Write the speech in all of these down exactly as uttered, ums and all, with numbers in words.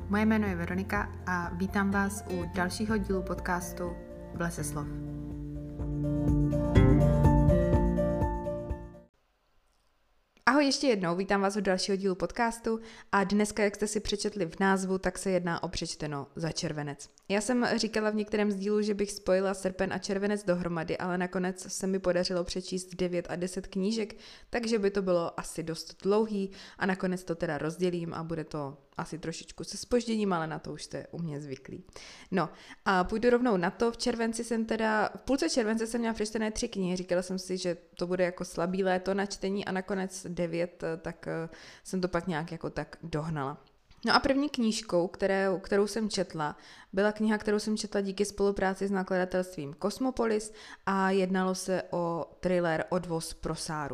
Moje jméno je Veronika a vítám vás u dalšího dílu podcastu V lese slov. Ahoj ještě jednou, vítám vás u dalšího dílu podcastu a dneska, jak jste si přečetli v názvu, tak se jedná o přečteno za červenec. Já jsem říkala v některém z dílů, že bych spojila srpen a červenec dohromady, ale nakonec se mi podařilo přečíst devět a deset knížek, takže by to bylo asi dost dlouhý a nakonec to teda rozdělím a bude to asi trošičku se zpožděním, ale na to už jste u mě zvyklí. No a půjdu rovnou na to. V červenci jsem teda, v půlce července jsem měla přečtené tři knihy, říkala jsem si, že to bude jako slabý léto na čtení a nakonec devět, tak jsem to pak nějak jako tak dohnala. No a první knížkou, kterou, kterou jsem četla, byla kniha, kterou jsem četla díky spolupráci s nakladatelstvím Kosmopolis a jednalo se o thriller Odvoz pro Sáru.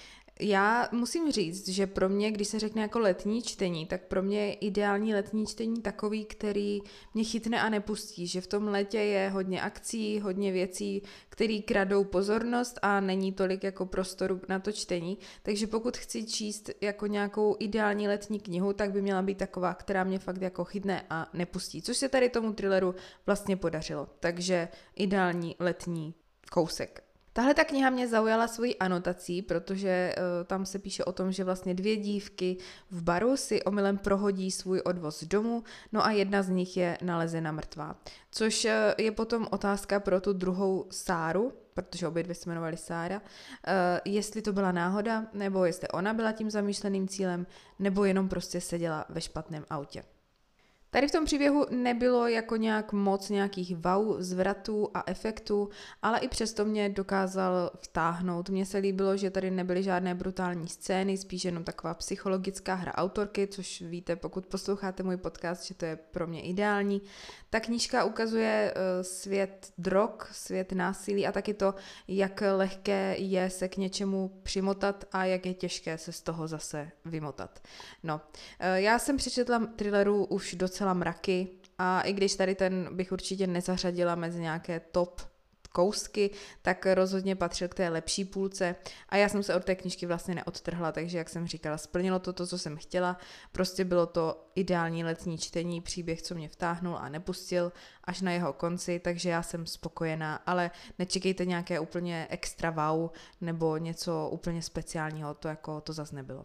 Já musím říct, že pro mě, když se řekne jako letní čtení, tak pro mě je ideální letní čtení takový, který mě chytne a nepustí, že v tom létě je hodně akcí, hodně věcí, které kradou pozornost a není tolik jako prostoru na to čtení, takže pokud chci číst jako nějakou ideální letní knihu, tak by měla být taková, která mě fakt jako chytne a nepustí, což se tady tomu thrilleru vlastně podařilo, takže ideální letní kousek. Tahle ta kniha mě zaujala svojí anotací, protože uh, tam se píše o tom, že vlastně dvě dívky v baru si omylem prohodí svůj odvoz z domu, no a jedna z nich je nalezena mrtvá. Což uh, je potom otázka pro tu druhou Sáru, protože obě dvě se jmenovaly Sára, uh, jestli to byla náhoda, nebo jestli ona byla tím zamýšleným cílem, nebo jenom prostě seděla ve špatném autě. Tady v tom příběhu nebylo jako nějak moc nějakých wow, zvratů a efektů, ale i přesto mě dokázal vtáhnout. Mně se líbilo, že tady nebyly žádné brutální scény, spíš jenom taková psychologická hra autorky, což víte, pokud posloucháte můj podcast, že to je pro mě ideální. Ta knížka ukazuje uh, svět drog, svět násilí a taky to, jak lehké je se k něčemu přimotat a jak je těžké se z toho zase vymotat. No, uh, já jsem přečetla thrilleru už docela mraky a i když tady ten bych určitě nezařadila mezi nějaké top kousky, tak rozhodně patřil k té lepší půlce a já jsem se od té knížky vlastně neodtrhla, takže jak jsem říkala, splnilo to to, co jsem chtěla, prostě bylo to ideální letní čtení, příběh, co mě vtáhnul a nepustil až na jeho konci, takže já jsem spokojená, ale nečekejte nějaké úplně extra wow nebo něco úplně speciálního, to jako to zas nebylo.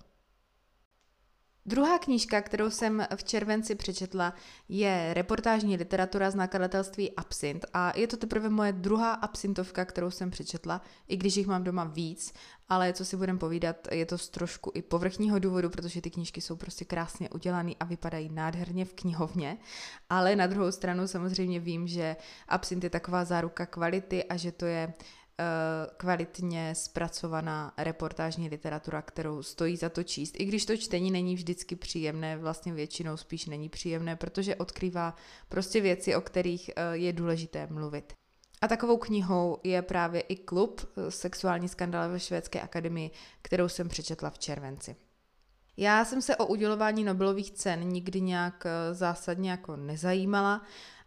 Druhá knížka, kterou jsem v červenci přečetla, je reportážní literatura z nakladatelství Absint a je to teprve moje druhá absintovka, kterou jsem přečetla, i když jich mám doma víc, ale co si budem povídat, je to z trošku i povrchního důvodu, protože ty knížky jsou prostě krásně udělané a vypadají nádherně v knihovně, ale na druhou stranu samozřejmě vím, že Absint je taková záruka kvality a že to je kvalitně zpracovaná reportážní literatura, kterou stojí za to číst. I když to čtení není vždycky příjemné, vlastně většinou spíš není příjemné, protože odkrývá prostě věci, o kterých je důležité mluvit. A takovou knihou je právě i Klub, sexuální skandál ve Švédské akademii, kterou jsem přečetla v červenci. Já jsem se o udělování Nobelových cen nikdy nějak zásadně jako nezajímala,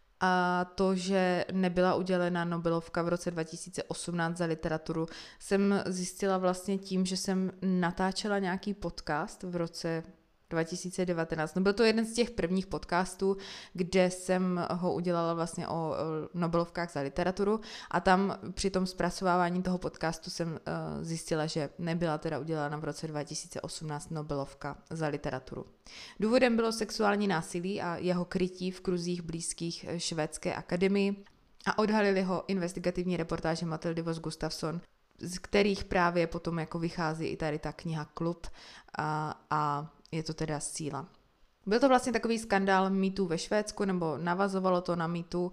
a to, že nebyla udělena Nobelovka v roce dva tisíce osmnáct za literaturu, jsem zjistila vlastně tím, že jsem natáčela nějaký podcast v roce dva tisíce devatenáct. No byl to jeden z těch prvních podcastů, kde jsem ho udělala vlastně o Nobelovkách za literaturu a tam při tom zpracovávání toho podcastu jsem uh, zjistila, že nebyla teda udělána v roce dva tisíce osmnáct Nobelovka za literaturu. Důvodem bylo sexuální násilí a jeho krytí v kruzích blízkých Švédské akademii a odhalili ho investigativní reportáže Matildy Voss Gustafsson, z kterých právě potom jako vychází i tady ta kniha Klub a, a je to teda síla. Byl to vlastně takový skandál mýtů ve Švédsku, nebo navazovalo to na mýtu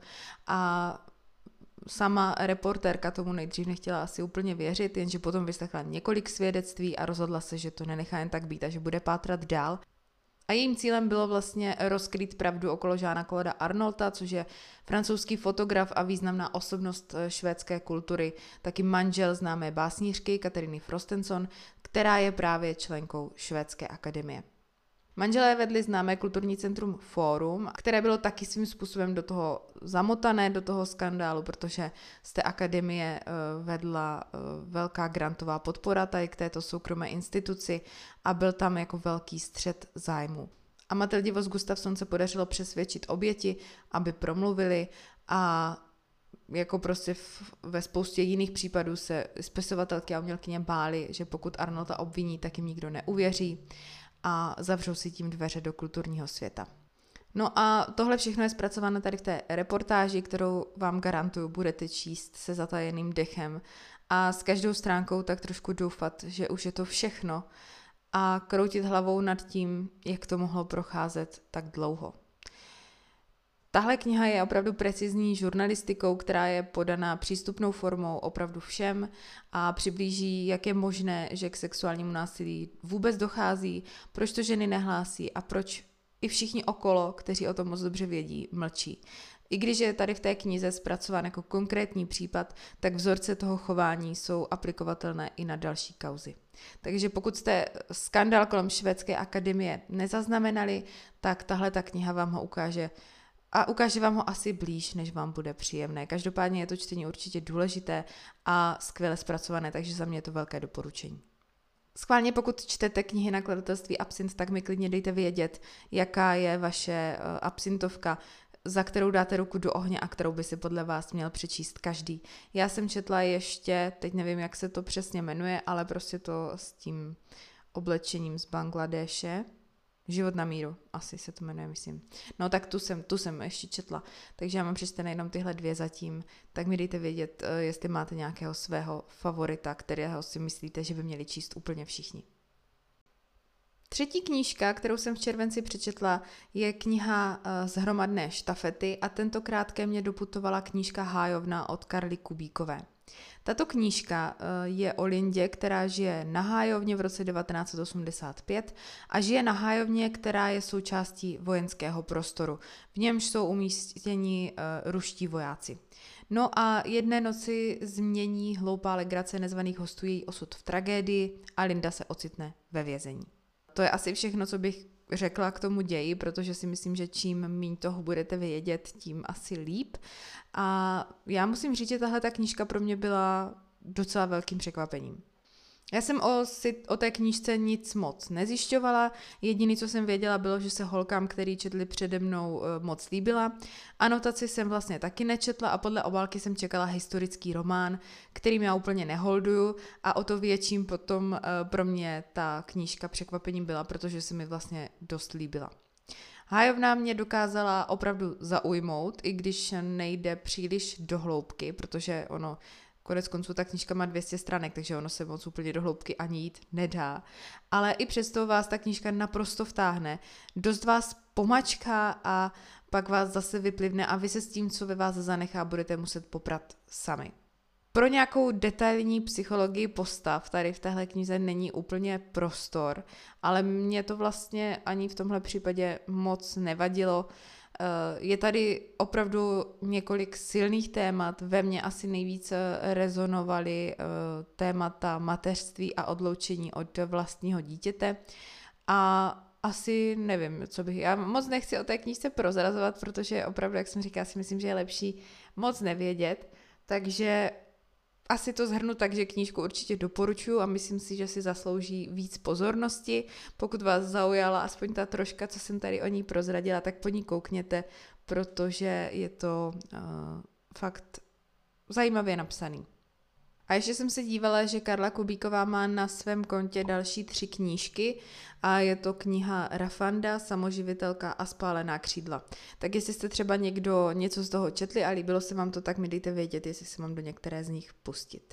a sama reportérka tomu nejdřív nechtěla asi úplně věřit, jenže potom vyslechla několik svědectví a rozhodla se, že to nenechá jen tak být a že bude pátrat dál. A jejím cílem bylo vlastně rozkrýt pravdu okolo Jeana-Clauda Arnaulta, což je francouzský fotograf a významná osobnost švédské kultury, taky manžel známé básnířky Katariny Frostenson, která je právě členkou Švédské akademie. Manželé vedli známé kulturní centrum Fórum, které bylo taky svým způsobem do toho zamotané, do toho skandálu, protože z té akademie vedla velká grantová podpora tady k této soukromé instituci a byl tam jako velký střet zájmu. A Matildě Vos Gustafsson se podařilo přesvědčit oběti, aby promluvili, a jako prostě v, ve spoustě jiných případů se spisovatelky a umělkyně bály, že pokud Arnolda obviní, tak jim nikdo neuvěří a zavřou si tím dveře do kulturního světa. No a tohle všechno je zpracováno tady v té reportáži, kterou vám garantuju budete číst se zatajeným dechem a s každou stránkou tak trošku doufat, že už je to všechno a kroutit hlavou nad tím, jak to mohlo procházet tak dlouho. Tahle kniha je opravdu precizní žurnalistikou, která je podaná přístupnou formou opravdu všem a přiblíží, jak je možné, že k sexuálnímu násilí vůbec dochází, proč to ženy nehlásí a proč i všichni okolo, kteří o tom moc dobře vědí, mlčí. I když je tady v té knize zpracován jako konkrétní případ, tak vzorce toho chování jsou aplikovatelné i na další kauzy. Takže pokud jste skandál kolem švédské akademie nezaznamenali, tak tahle ta kniha vám ho ukáže a ukáže vám ho asi blíž, než vám bude příjemné. Každopádně je to čtení určitě důležité a skvěle zpracované, takže za mě je to velké doporučení. Schválně, pokud čtete knihy nakladatelství Absint, tak mi klidně dejte vědět, jaká je vaše uh, absintovka, za kterou dáte ruku do ohně a kterou by si podle vás měl přečíst každý. Já jsem četla ještě, teď nevím, jak se to přesně jmenuje, ale prostě to s tím oblečením z Bangladéše. Život na míru, asi se to jmenuje, myslím. No tak tu jsem, tu jsem ještě četla, takže já mám přečtené jenom tyhle dvě zatím, tak mi dejte vědět, jestli máte nějakého svého favorita, kterého si myslíte, že by měli číst úplně všichni. Třetí knížka, kterou jsem v červenci přečetla, je kniha z hromadné štafety a tentokrát ke mně doputovala knížka Hájovna od Karly Kubíkové. Tato knížka je o Lindě, která žije na Hájovně v roce devatenáct set osmdesát pět a žije na Hájovně, která je součástí vojenského prostoru. V němž jsou umístěni uh, ruští vojáci. No a jedné noci změní hloupá legrace nezvaných hostů její osud v tragédii a Linda se ocitne ve vězení. To je asi všechno, co bych řekla k tomu ději, protože si myslím, že čím míň toho budete vědět, tím asi líp. A já musím říct, že tahle ta knížka pro mě byla docela velkým překvapením. Já jsem o, si, o té knížce nic moc nezjišťovala, jediné, co jsem věděla, bylo, že se holkám, který četli přede mnou, moc líbila. Anotaci jsem vlastně taky nečetla a podle obálky jsem čekala historický román, kterým já úplně neholduju a o to větším potom pro mě ta knížka překvapením byla, protože se mi vlastně dost líbila. Hájovna mě dokázala opravdu zaujmout, i když nejde příliš do hloubky, protože ono konec konců ta knížka má dvě stě stránek, takže ono se moc úplně do hloubky ani jít nedá. Ale i přesto vás ta knížka naprosto vtáhne, dost vás pomačká a pak vás zase vyplivne a vy se s tím, co ve vás zanechá, budete muset poprat sami. Pro nějakou detailní psychologii postav tady v téhle knize není úplně prostor, ale mě to vlastně ani v tomhle případě moc nevadilo. Je tady opravdu několik silných témat, ve mně asi nejvíce rezonovaly témata mateřství a odloučení od vlastního dítěte a asi nevím, co bych, já moc nechci o té knížce prozrazovat, protože opravdu, jak jsem říkala, si myslím, že je lepší moc nevědět, takže asi to shrnu tak, že knížku určitě doporučuji a myslím si, že si zaslouží víc pozornosti. Pokud vás zaujala aspoň ta troška, co jsem tady o ní prozradila, tak po ní koukněte, protože je to uh, fakt zajímavě napsaný. A ještě jsem se dívala, že Karla Kubíková má na svém kontě další tři knížky a je to kniha Rafanda, Samoživitelka a Spálená křídla. Tak jestli jste třeba někdo něco z toho četli a líbilo se vám to, tak mi dejte vědět, jestli se mám do některé z nich pustit.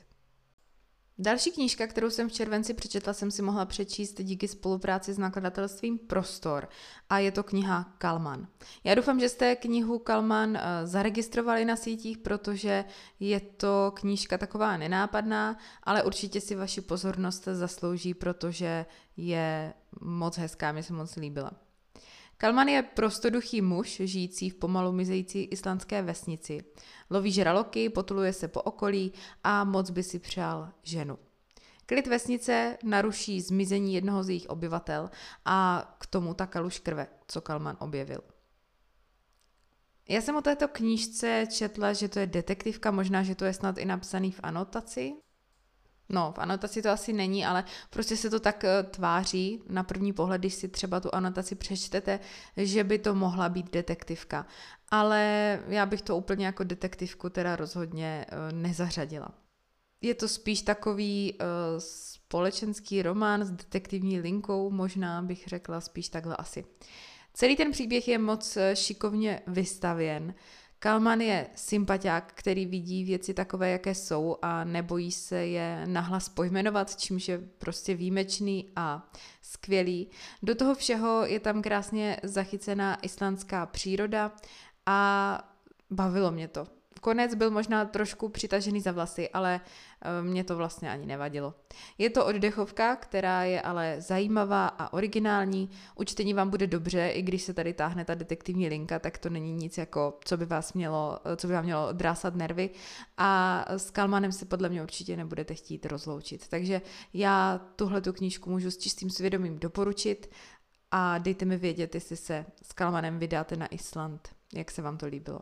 Další knížka, kterou jsem v červenci přečetla, jsem si mohla přečíst díky spolupráci s nakladatelstvím Prostor a je to kniha Kalman. Já doufám, že jste knihu Kalman zaregistrovali na sítích, protože je to knížka taková nenápadná, ale určitě si vaši pozornost zaslouží, protože je moc hezká, mě se moc líbila. Kalman je prostoduchý muž, žijící v pomalu mizející islandské vesnici. Loví žraloky, potuluje se po okolí a moc by si přál ženu. Klid vesnice naruší zmizení jednoho z jejich obyvatel a k tomu ta kaluž krve, co Kalman objevil. Já jsem o této knížce četla, že to je detektivka, možná, že to je snad i napsaný v anotaci. No, v anotaci to asi není, ale prostě se to tak uh, tváří na první pohled, když si třeba tu anotaci přečtete, že by to mohla být detektivka. Ale já bych to úplně jako detektivku teda rozhodně uh, nezařadila. Je to spíš takový uh, společenský román s detektivní linkou, možná bych řekla spíš takhle asi. Celý ten příběh je moc šikovně vystavěn. Kalman je sympatiák, který vidí věci takové, jaké jsou a nebojí se je nahlas pojmenovat, čímž je prostě výjimečný a skvělý. Do toho všeho je tam krásně zachycená islandská příroda a bavilo mě to. Konec byl možná trošku přitažený za vlasy, ale mě to vlastně ani nevadilo. Je to oddechovka, která je ale zajímavá a originální. U čtení vám bude dobře, i když se tady táhne ta detektivní linka, tak to není nic, jako, co by vás mělo, co by vám mělo drásat nervy. A s Kalmanem se podle mě určitě nebudete chtít rozloučit. Takže já tuhletu knížku můžu s čistým svědomím doporučit a dejte mi vědět, jestli se s Kalmanem vydáte na Island, jak se vám to líbilo.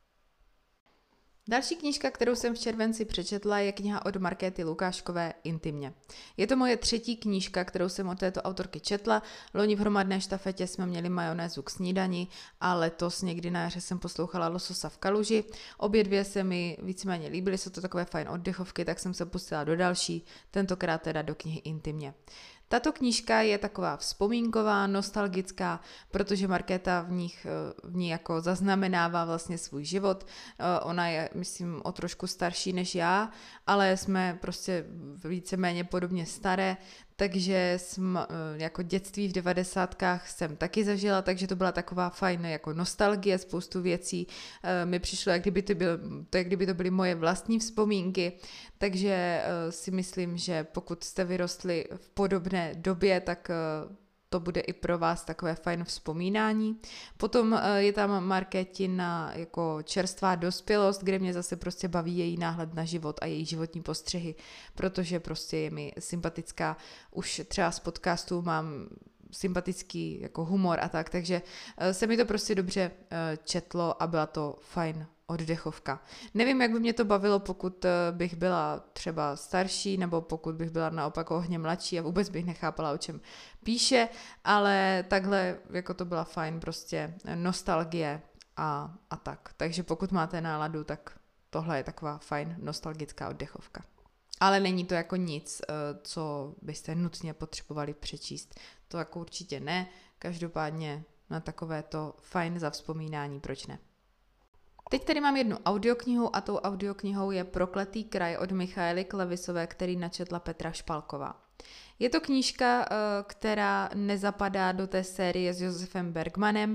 Další knížka, kterou jsem v červenci přečetla, je kniha od Markéty Lukáškové Intimně. Je to moje třetí knížka, kterou jsem od této autorky četla. Loni v hromadné štafetě jsme měli majonézu k snídani a letos někdy na jaře jsem poslouchala Lososa v kaluži. Obě dvě se mi víceméně líbily, jsou to takové fajn oddechovky, tak jsem se pustila do další, tentokrát teda do knihy Intimně. Tato knížka je taková vzpomínková, nostalgická, protože Markéta v, nich, v ní jako zaznamenává vlastně svůj život. Ona je, myslím, o trošku starší než já, ale jsme prostě víceméně podobně staré, takže jsem jako dětství v devadesátkách jsem taky zažila, takže to byla taková fajn jako nostalgie, spoustu věcí mi přišlo, jak kdyby to, byl, to, jak kdyby to byly moje vlastní vzpomínky, takže si myslím, že pokud jste vyrostli v podobné době, tak to bude i pro vás takové fajn vzpomínání. Potom je tam Markétina jako čerstvá dospělost, kde mě zase prostě baví její náhled na život a její životní postřehy, protože prostě je mi sympatická. Už třeba z podcastu mám sympatický jako humor a tak, takže se mi to prostě dobře četlo a byla to fajn oddechovka. Nevím, jak by mě to bavilo, pokud bych byla třeba starší, nebo pokud bych byla naopak hodně mladší a vůbec bych nechápala, o čem píše, ale takhle jako to byla fajn prostě nostalgie a, a tak. Takže pokud máte náladu, tak tohle je taková fajn nostalgická oddechovka. Ale není to jako nic, co byste nutně potřebovali přečíst. To jako určitě ne, každopádně na takovéto fajn zavzpomínání, proč ne. Teď tady mám jednu audioknihu a tou audioknihou je Prokletý kraj od Michaely Klevisové, který načetla Petra Špalková. Je to knížka, která nezapadá do té série s Josefem Bergmanem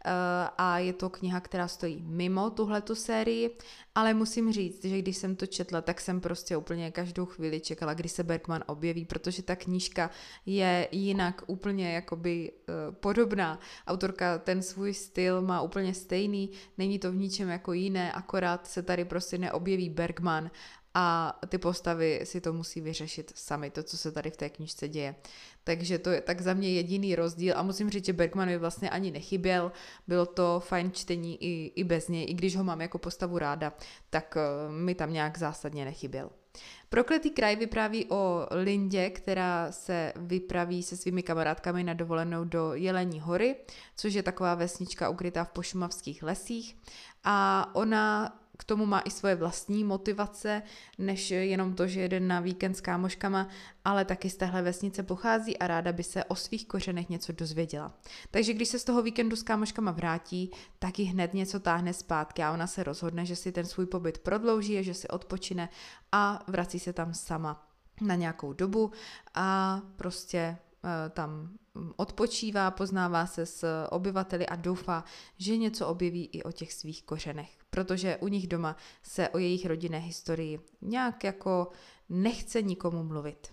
a je to kniha, která stojí mimo tuhletu sérii, ale musím říct, že když jsem to četla, tak jsem prostě úplně každou chvíli čekala, kdy se Bergman objeví, protože ta knížka je jinak úplně jakoby podobná. Autorka ten svůj styl má úplně stejný, není to v ničem jako jiné, akorát se tady prostě neobjeví Bergman a ty postavy si to musí vyřešit sami, to, co se tady v té knížce děje. Takže to je tak za mě jediný rozdíl a musím říct, že Bergman mi vlastně ani nechyběl, bylo to fajn čtení i, i bez něj, i když ho mám jako postavu ráda, tak uh, mi tam nějak zásadně nechyběl. Prokletý kraj vypráví o Lindě, která se vypraví se svými kamarádkami na dovolenou do Jelení hory, což je taková vesnička ukrytá v pošumavských lesích a ona k tomu má i svoje vlastní motivace, než jenom to, že jede na víkend s kámoškama, ale taky z téhle vesnice pochází a ráda by se o svých kořenech něco dozvěděla. Takže když se z toho víkendu s kámoškama vrátí, tak ji hned něco táhne zpátky a ona se rozhodne, že si ten svůj pobyt prodlouží, že si odpočine a vrací se tam sama na nějakou dobu a prostě tam odpočívá, poznává se s obyvateli a doufá, že něco objeví i o těch svých kořenech, protože u nich doma se o jejich rodinné historii nějak jako nechce nikomu mluvit.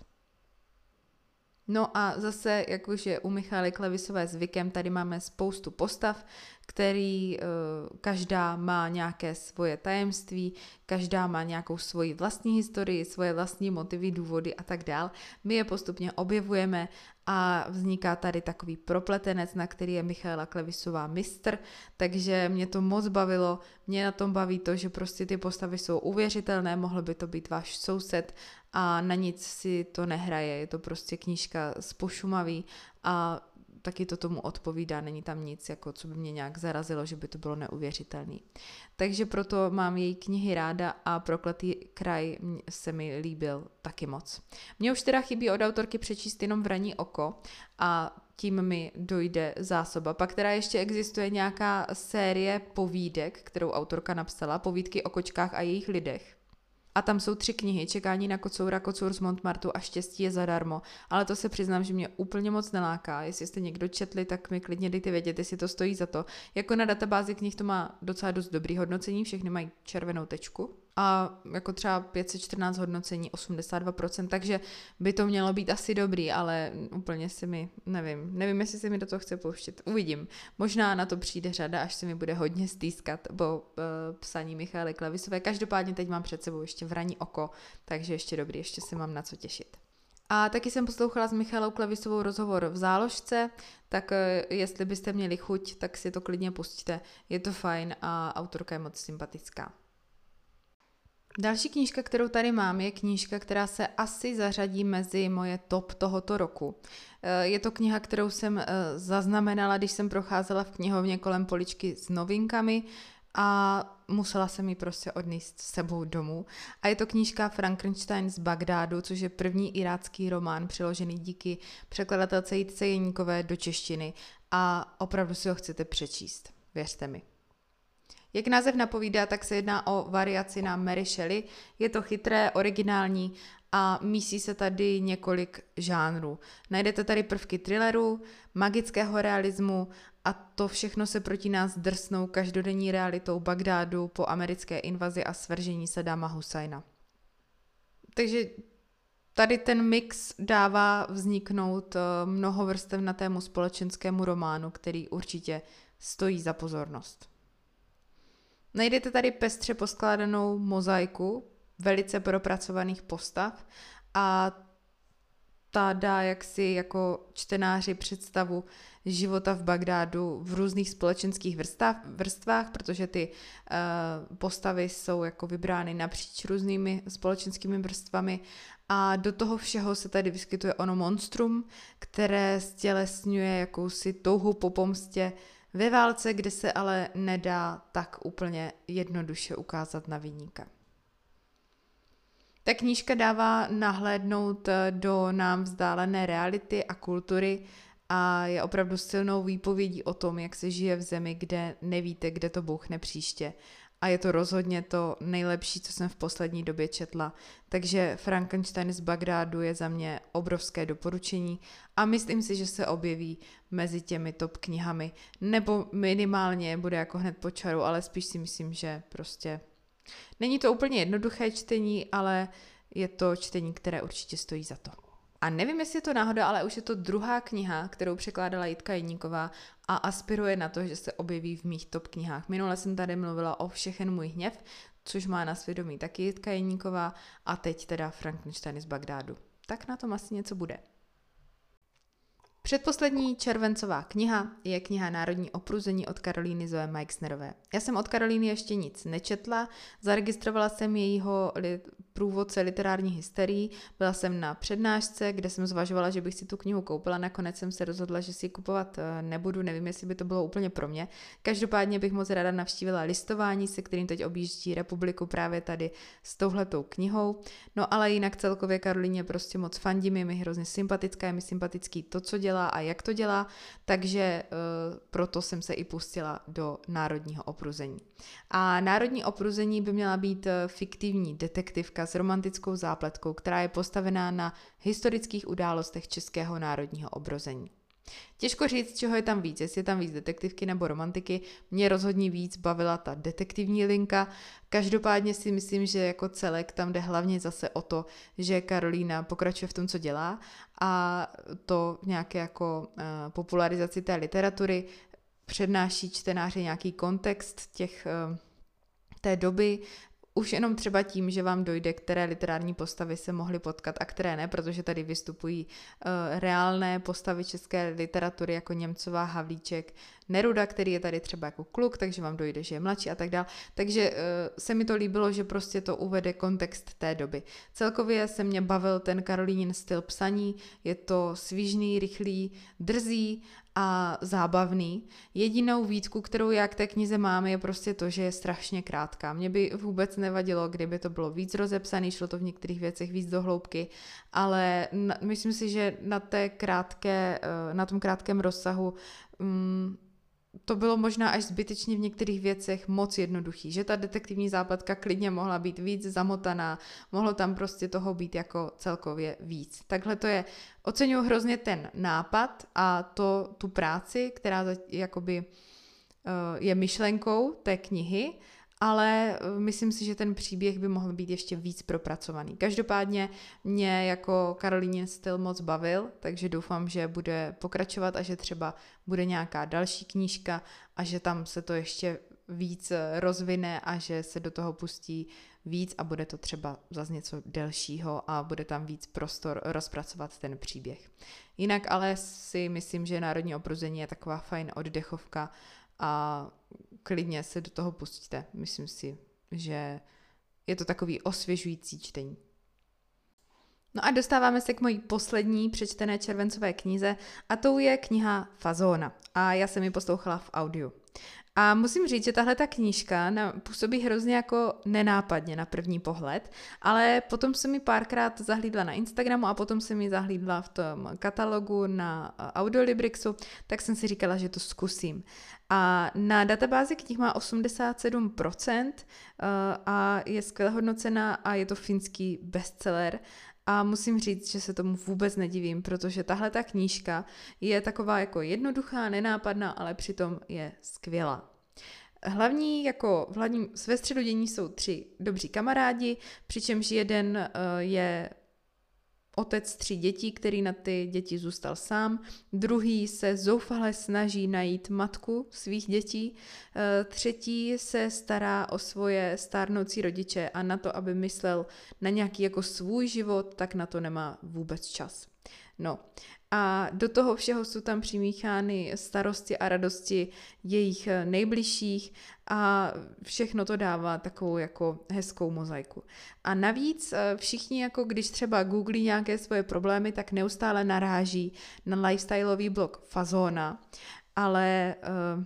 No a zase, jak už je u Michaely Klevisové zvykem, tady máme spoustu postav, který každá má nějaké svoje tajemství, každá má nějakou svoji vlastní historii, svoje vlastní motivy, důvody a tak dál. My je postupně objevujeme a vzniká tady takový propletenec, na který je Michaela Klevisová mistr, takže mě to moc bavilo, mě na tom baví to, že prostě ty postavy jsou uvěřitelné, mohl by to být váš soused a na nic si to nehraje, je to prostě knížka z Pošumaví a taky to tomu odpovídá, není tam nic, jako co by mě nějak zarazilo, že by to bylo neuvěřitelný. Takže proto mám její knihy ráda a Prokletý kraj se mi líbil taky moc. Mně už teda chybí od autorky přečíst jenom Vraní oko a tím mi dojde zásoba. Pak teda ještě existuje nějaká série povídek, kterou autorka napsala, Povídky o kočkách a jejich lidech. A tam jsou tři knihy, Čekání na kocoura, Kocour z Montmartu a Štěstí je zadarmo, ale to se přiznám, že mě úplně moc neláká. Jestli jste někdo četli, tak mi klidně dejte vědět, jestli to stojí za to. Jako na databázi knih to má docela dost dobrý hodnocení, všechny mají červenou tečku. A jako třeba pět set čtrnáct hodnocení, osmdesát dva procent, takže by to mělo být asi dobrý, ale úplně si mi, nevím, nevím, jestli se mi do toho chce pouštět, uvidím. Možná na to přijde řada, až se mi bude hodně stýskat po uh, psaní Michaely Klevisové. Každopádně teď mám před sebou ještě Vraní oko, takže ještě dobrý, ještě se mám na co těšit. A taky jsem poslouchala s Michalou Klevisovou rozhovor v záložce, tak uh, jestli byste měli chuť, tak si to klidně pusťte, je to fajn a autorka je moc sympatická. Další knížka, kterou tady mám, je knížka, která se asi zařadí mezi moje top tohoto roku. Je to kniha, kterou jsem zaznamenala, když jsem procházela v knihovně kolem poličky s novinkami a musela jsem ji prostě odnést s sebou domů. A je to knížka Frankenstein z Bagdádu, což je první irácký román přeložený díky překladatelce Jitce Jeníkové do češtiny a opravdu si ho chcete přečíst, věřte mi. Jak název napovídá, tak se jedná o variaci na Mary Shelley. Je to chytré, originální a mísí se tady několik žánrů. Najdete tady prvky thrilleru, magického realismu a to všechno se proti nás drsnou každodenní realitou Bagdádu po americké invazi a svržení Saddáma Husajna. Takže tady ten mix dává vzniknout mnohovrstevnatému společenskému románu, který určitě stojí za pozornost. Najdete tady pestře poskládanou mozaiku velice propracovaných postav a ta dá jaksi jako čtenáři představu života v Bagdádu v různých společenských vrstav, vrstvách, protože ty uh, postavy jsou jako vybrány napříč různými společenskými vrstvami a do toho všeho se tady vyskytuje ono monstrum, které stělesňuje jakousi touhu po pomstě ve válce, kde se ale nedá tak úplně jednoduše ukázat na viníka. Ta knížka dává nahlédnout do nám vzdálené reality a kultury a je opravdu silnou výpovědí o tom, jak se žije v zemi, kde nevíte, kde to bouchne příště. A je to rozhodně to nejlepší, co jsem v poslední době četla. Takže Frankenstein z Bagdádu je za mě obrovské doporučení a myslím si, že se objeví mezi těmi top knihami. Nebo minimálně bude jako hned po čaru, ale spíš si myslím, že prostě není to úplně jednoduché čtení, ale je to čtení, které určitě stojí za to. A nevím, jestli je to náhoda, ale už je to druhá kniha, kterou překládala Jitka Jeníková a aspiruje na to, že se objeví v mých top knihách. Minule jsem tady mluvila o Všechen můj hněv, což má na svědomí taky Jitka Jeníková a teď teda Frankenstein z Bagdádu. Tak na tom asi něco bude. Předposlední červencová kniha je kniha Národní opruzení od Karolíny Zoe Meixnerové. Já jsem od Karolíny ještě nic nečetla, zaregistrovala jsem jejího li- průvodce literární hysterii, byla jsem na přednášce, kde jsem zvažovala, že bych si tu knihu koupila, nakonec jsem se rozhodla, že si ji kupovat nebudu, nevím, jestli by to bylo úplně pro mě. Každopádně bych moc ráda navštívila listování, se kterým teď objíždí republiku právě tady s touhletou knihou. No ale jinak celkově Karolíně prostě moc fandím, je mi hrozně sympatická, je mi sympatický to, co dělá a jak to dělá, takže uh, proto jsem se i pustila do Národního opruzení. A Národní opruzení by měla být fiktivní detektivka s romantickou zápletkou, která je postavená na historických událostech českého národního obrození. Těžko říct, čeho je tam víc, jestli je tam víc detektivky nebo romantiky, mě rozhodně víc bavila ta detektivní linka, každopádně si myslím, že jako celek tam jde hlavně zase o to, že Karolína pokračuje v tom, co dělá a to nějaké jako uh, popularizaci té literatury, přednáší čtenáři nějaký kontext těch, uh, té doby, už jenom třeba tím, že vám dojde, které literární postavy se mohly potkat a které ne, protože tady vystupují uh, reálné postavy české literatury jako Němcová, Havlíček, Neruda, který je tady třeba jako kluk, takže vám dojde, že je mladší a tak dále. Takže uh, se mi to líbilo, že prostě to uvede kontext té doby. Celkově se mě bavil ten Karolínin styl psaní, je to svižný, rychlý, drzý a zábavný. Jedinou výtku, kterou já k té knize mám, je prostě to, že je strašně krátká. Mně by vůbec nevadilo, kdyby to bylo víc rozepsané, šlo to v některých věcech víc do hloubky, ale na, myslím si, že na té krátké, na tom krátkém rozsahu um, to bylo možná až zbytečně v některých věcech moc jednoduchý, že ta detektivní zápletka klidně mohla být víc zamotaná, mohlo tam prostě toho být jako celkově víc. Takhle to je, oceňuji hrozně ten nápad a to, tu práci, která jakoby je myšlenkou té knihy, ale myslím si, že ten příběh by mohl být ještě víc propracovaný. Každopádně mě jako Karolínin styl moc bavil, takže doufám, že bude pokračovat a že třeba bude nějaká další knížka a že tam se to ještě víc rozvine a že se do toho pustí víc a bude to třeba zase něco delšího a bude tam víc prostor rozpracovat ten příběh. Jinak ale si myslím, že Národní opruzení je taková fajn oddechovka a klidně se do toho pustíte. Myslím si, že je to takový osvěžující čtení. No a dostáváme se k mojí poslední přečtené červencové knize a tou je kniha Fazóna a já jsem ji poslouchala v audiu. A musím říct, že tahle ta knížka působí hrozně jako nenápadně na první pohled, ale potom jsem mi párkrát zahlídla na Instagramu a potom jsem mi zahlídla v tom katalogu na Audiolibrixu, tak jsem si říkala, že to zkusím. A na databázi knih má osmdesát sedm procent a je skvěle hodnocená a je to finský bestseller. A musím říct, že se tomu vůbec nedivím, protože tahle ta knížka je taková jako jednoduchá, nenápadná, ale přitom je skvělá. Hlavní, jako v hlavním ve středodění jsou tři dobří kamarádi, přičemž jeden uh, je otec tří dětí, který na ty děti zůstal sám, druhý se zoufale snaží najít matku svých dětí, třetí se stará o svoje stárnoucí rodiče a na to, aby myslel na nějaký jako svůj život, tak na to nemá vůbec čas. No a do toho všeho jsou tam přimíchány starosti a radosti jejich nejbližších a všechno to dává takovou jako hezkou mozaiku. A navíc všichni, jako když třeba googlí nějaké svoje problémy, tak neustále naráží na lifestyleový blog Fazóna, ale uh,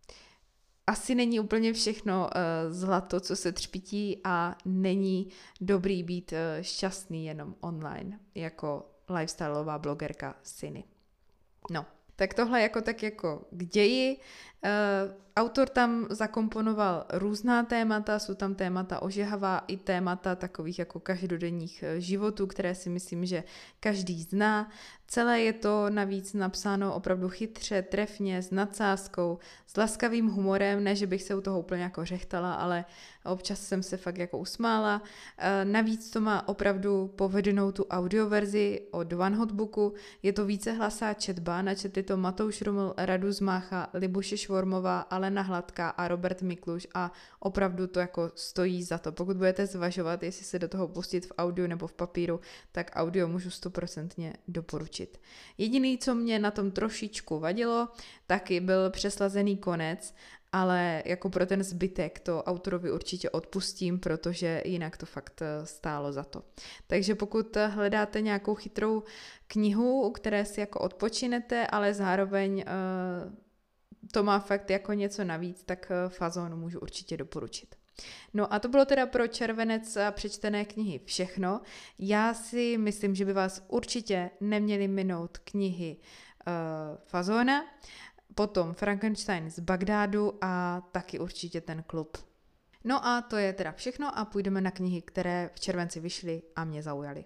asi není úplně všechno uh, zlato, co se třpytí a není dobrý být uh, šťastný jenom online, jako lifestyleová blogerka Siny. No, tak tohle jako tak jako k ději. Uh, autor tam zakomponoval různá témata, jsou tam témata ožehavá i témata takových jako každodenních životů, které si myslím, že každý zná. Celé je to navíc napsáno opravdu chytře, trefně, s nadsázkou, s laskavým humorem, ne, že bych se u toho úplně jako řechtala, ale občas jsem se fakt jako usmála. E, navíc to má opravdu povedenou tu audioverzi od One Hot Booku, je to vícehlasá četba, načetli to Matouš Ruml, Radu Zmácha, Libuše Švormová, Alena Hladká a Robert Mikluš a opravdu to jako stojí za to. Pokud budete zvažovat, jestli se do toho pustit v audiu nebo v papíru, tak audio můžu stoprocentně doporučit. Jediný, co mě na tom trošičku vadilo, taky byl přeslazený konec, ale jako pro ten zbytek to autorovi určitě odpustím, protože jinak to fakt stálo za to. Takže pokud hledáte nějakou chytrou knihu, u které si jako odpočinete, ale zároveň uh, to má fakt jako něco navíc, tak Fazón můžu určitě doporučit. No a to bylo teda pro červenec a přečtené knihy všechno. Já si myslím, že by vás určitě neměly minout knihy uh, Fazóna, potom Frankenstein z Bagdádu a taky určitě ten klub. No a to je teda všechno a půjdeme na knihy, které v červenci vyšly a mě zaujaly.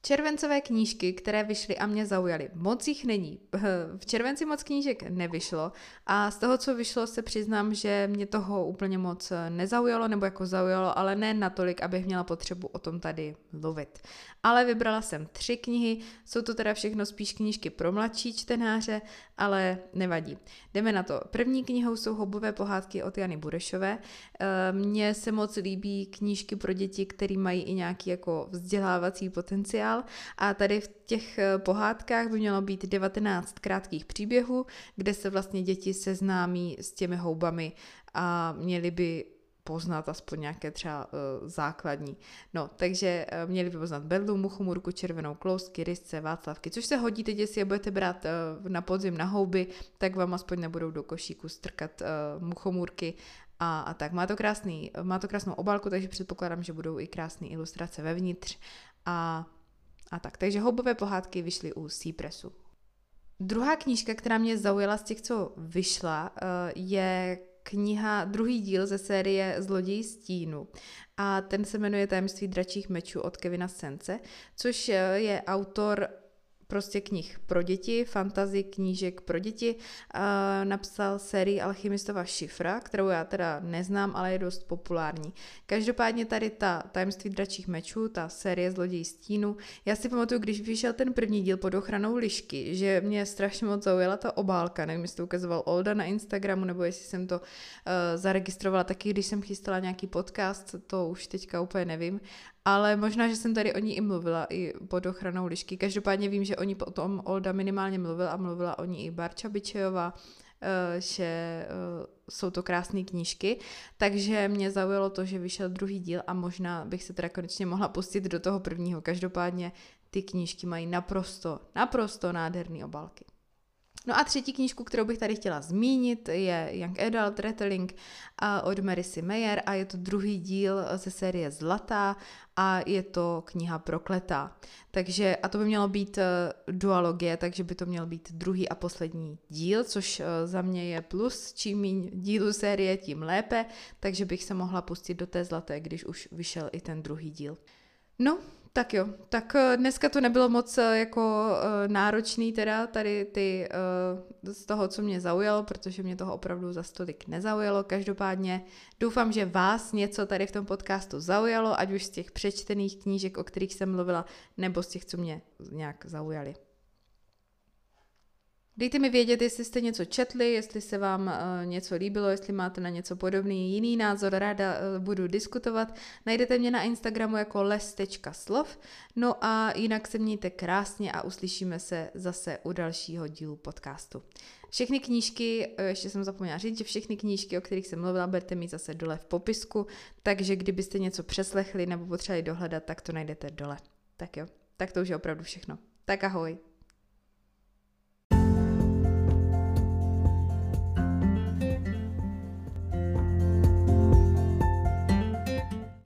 Červencové knížky, které vyšly a mě zaujaly. Moc jich není. V červenci moc knížek nevyšlo a z toho, co vyšlo, se přiznám, že mě toho úplně moc nezaujalo, nebo jako zaujalo, ale ne natolik, abych měla potřebu o tom tady mluvit. Ale vybrala jsem tři knihy, jsou to teda všechno spíš knížky pro mladší čtenáře, ale nevadí. Jdeme na to. První knihou jsou Houbové pohádky od Jany Burešové. Mně se moc líbí knížky pro děti, které mají i nějaký jako vzdělávací potenciál a tady v těch pohádkách by mělo být devatenáct krátkých příběhů, kde se vlastně děti seznámí s těmi houbami a měli by poznat aspoň nějaké třeba uh, základní. No, takže uh, měli by poznat berlu, muchomůrku, červenou klousky, rysce, václavky, což se hodí teď, jestli je budete brát uh, na podzim na houby, tak vám aspoň nebudou do košíku strkat uh, muchomůrky a, a tak. Má to, krásný, má to krásnou obálku, takže předpokládám, že budou i krásné ilustrace vevnitř a, a tak. Takže Houbové pohádky vyšly u Seapressu. Druhá knížka, která mě zaujala z těch, co vyšla, uh, je kniha, druhý díl ze série Zloděj stínu a ten se jmenuje Tajemství dračích mečů od Kevina Sence, což je autor prostě knih pro děti, fantasy knížek pro děti. Uh, napsal sérii Alchymistova šifra, kterou já teda neznám, ale je dost populární. Každopádně tady ta Tajemství dračích mečů, ta série Zloděj stínu, já si pamatuju, když vyšel ten první díl Pod ochranou lišky, že mě strašně moc zaujala ta obálka, nevím, jestli to ukazoval Olda na Instagramu, nebo jestli jsem to uh, zaregistrovala taky, když jsem chystala nějaký podcast, to už teďka úplně nevím, ale možná, že jsem tady o ní i mluvila, i Pod ochranou lišky. Každopádně vím, že o ní potom Olda minimálně mluvila a mluvila o ní i Barča Bičejová, že jsou to krásné knížky, takže mě zaujalo to, že vyšel druhý díl a možná bych se teda konečně mohla pustit do toho prvního. Každopádně ty knížky mají naprosto, naprosto nádherné obálky. No a třetí knížku, kterou bych tady chtěla zmínit, je Young Adult Retelling od Marysy Meyer a je to druhý díl ze série Zlatá a je to kniha Prokletá. Takže, a to by mělo být dualogie, takže by to měl být druhý a poslední díl, což za mě je plus, čím méně dílů série, tím lépe, takže bych se mohla pustit do té Zlaté, když už vyšel i ten druhý díl. No, tak jo, tak dneska to nebylo moc jako náročný teda tady ty z toho, co mě zaujalo, protože mě toho opravdu za stolik nezaujalo. Každopádně doufám, že vás něco tady v tom podcastu zaujalo, ať už z těch přečtených knížek, o kterých jsem mluvila, nebo z těch, co mě nějak zaujaly. Dejte mi vědět, jestli jste něco četli, jestli se vám uh, něco líbilo, jestli máte na něco podobný jiný názor, ráda uh, budu diskutovat. Najdete mě na Instagramu jako les tečka slov, no a jinak se mějte krásně a uslyšíme se zase u dalšího dílu podcastu. Všechny knížky, ještě jsem zapomněla říct, že všechny knížky, o kterých jsem mluvila, budete mít zase dole v popisku, takže kdybyste něco přeslechli nebo potřebovali dohledat, tak to najdete dole. Tak jo, tak to už je opravdu všechno. Tak ahoj.